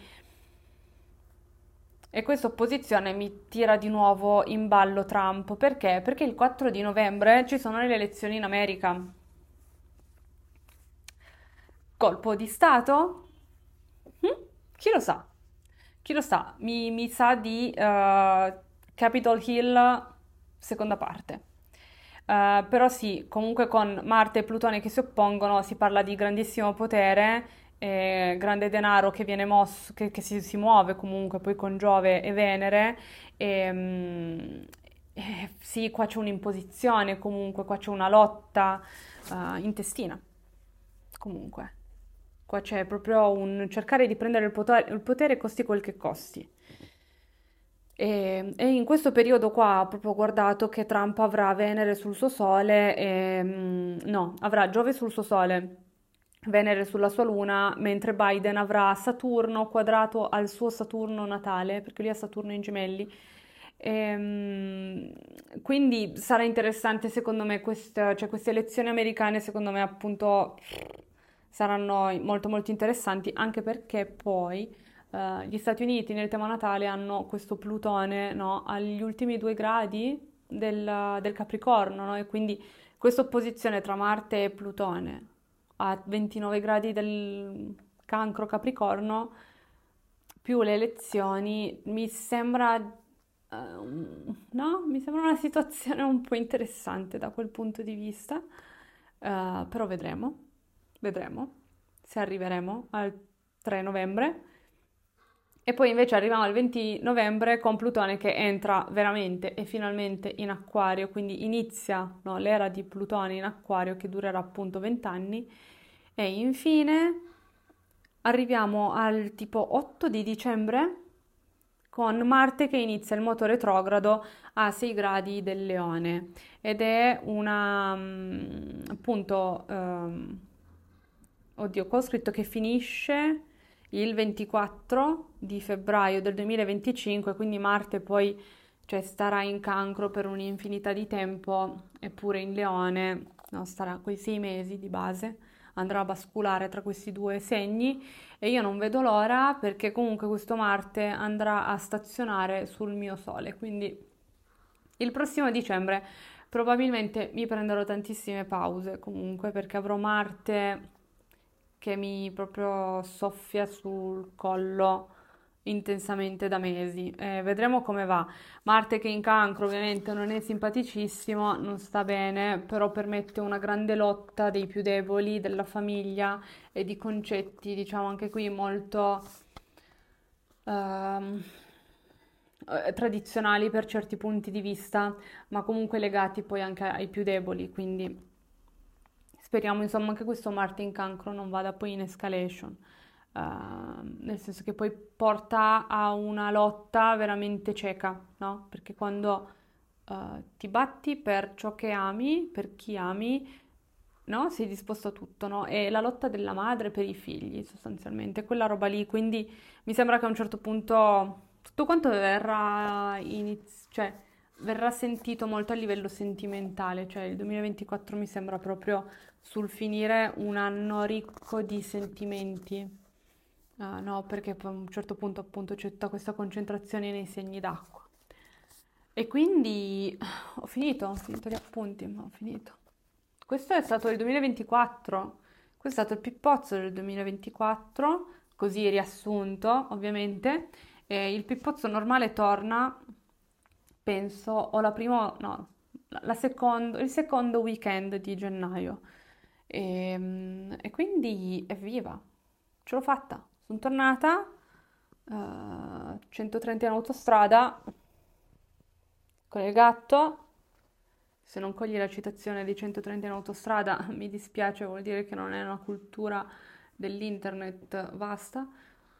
E questa opposizione mi tira di nuovo in ballo Trump. Perché? Perché il 4 di novembre ci sono le elezioni in America. Colpo di stato? Mm? Chi lo sa? Chi lo sa? Mi sa di Capitol Hill seconda parte. Però sì, comunque con Marte e Plutone che si oppongono si parla di grandissimo potere, grande denaro che viene mosso, che si muove comunque poi con Giove e Venere. E, sì, qua c'è un'imposizione comunque, qua c'è una lotta intestina. Comunque, qua c'è proprio un cercare di prendere il potere costi quel che costi. E in questo periodo qua ho proprio guardato che Trump avrà Venere sul suo Sole, no, avrà Giove sul suo Sole, Venere sulla sua Luna, mentre Biden avrà Saturno quadrato al suo Saturno natale, perché lui ha Saturno in Gemelli. Quindi sarà interessante secondo me cioè queste elezioni americane, secondo me appunto saranno molto molto interessanti, anche perché poi gli Stati Uniti nel tema natale hanno questo Plutone, no, agli ultimi 2 gradi del Capricorno, no? E quindi questa opposizione tra Marte e Plutone a 29 gradi del Cancro Capricorno più le elezioni mi sembra, no? Mi sembra una situazione un po' interessante da quel punto di vista. Però vedremo se arriveremo al 3 novembre. E poi invece arriviamo al 20 novembre con Plutone che entra veramente e finalmente in Acquario, quindi inizia, no, l'era di Plutone in Acquario che durerà appunto 20 anni. E infine arriviamo al tipo 8 di dicembre con Marte che inizia il moto retrogrado a 6 gradi del Leone ed è una, appunto, oddio, qua ho scritto che finisce il 24 di febbraio del 2025, quindi Marte poi, cioè, starà in Cancro per un'infinità di tempo, eppure in Leone, no, starà quei 6 mesi di base, andrà a basculare tra questi due segni e io non vedo l'ora perché comunque questo Marte andrà a stazionare sul mio Sole, quindi il prossimo dicembre probabilmente mi prenderò tantissime pause comunque perché avrò Marte che mi proprio soffia sul collo intensamente da mesi. Vedremo come va. Marte che in Cancro ovviamente non è simpaticissimo, non sta bene, però permette una grande lotta dei più deboli, della famiglia e di concetti, diciamo anche qui molto ehm, tradizionali per certi punti di vista, ma comunque legati poi anche ai più deboli, quindi speriamo insomma che questo Marte in Cancro non vada poi in escalation, nel senso che poi porta a una lotta veramente cieca, no? Perché quando ti batti per ciò che ami, per chi ami, no? Sei disposto a tutto, no? È la lotta della madre per i figli, sostanzialmente, quella roba lì. Quindi mi sembra che a un certo punto tutto quanto cioè, verrà sentito molto a livello sentimentale, cioè il 2024 mi sembra proprio sul finire un anno ricco di sentimenti. Ah, no, perché poi a un certo punto appunto c'è tutta questa concentrazione nei segni d'acqua. E quindi ho finito gli appunti, ma ho finito. Questo è stato il 2024, questo è stato il pippozzo del 2024, così riassunto ovviamente. Il pippozzo normale torna, penso, o la prima, no, il secondo weekend di gennaio. E quindi evviva, ce l'ho fatta, sono tornata, 130 in autostrada con il gatto. Se non cogli la citazione di 130 in autostrada, mi dispiace, vuol dire che non è una cultura dell'internet vasta.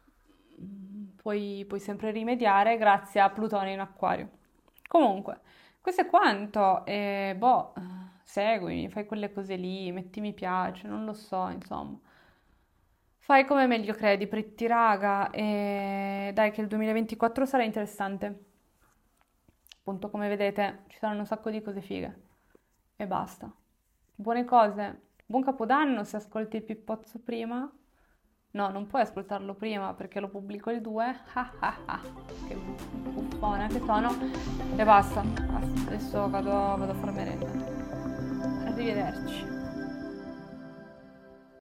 Puoi sempre rimediare grazie a Plutone in Acquario. Comunque, questo è quanto. E boh, seguimi, fai quelle cose lì, metti mi piace, non lo so, insomma. Fai come meglio credi, Pritti raga, e dai che il 2024 sarà interessante. Appunto, come vedete, ci saranno un sacco di cose fighe. E basta. Buone cose. Buon Capodanno se ascolti il pippozzo prima. No, non puoi ascoltarlo prima perché lo pubblico il 2. Ah ah ah. Che buffona che sono. E basta. Basta. Adesso vado a far merenda. Arrivederci.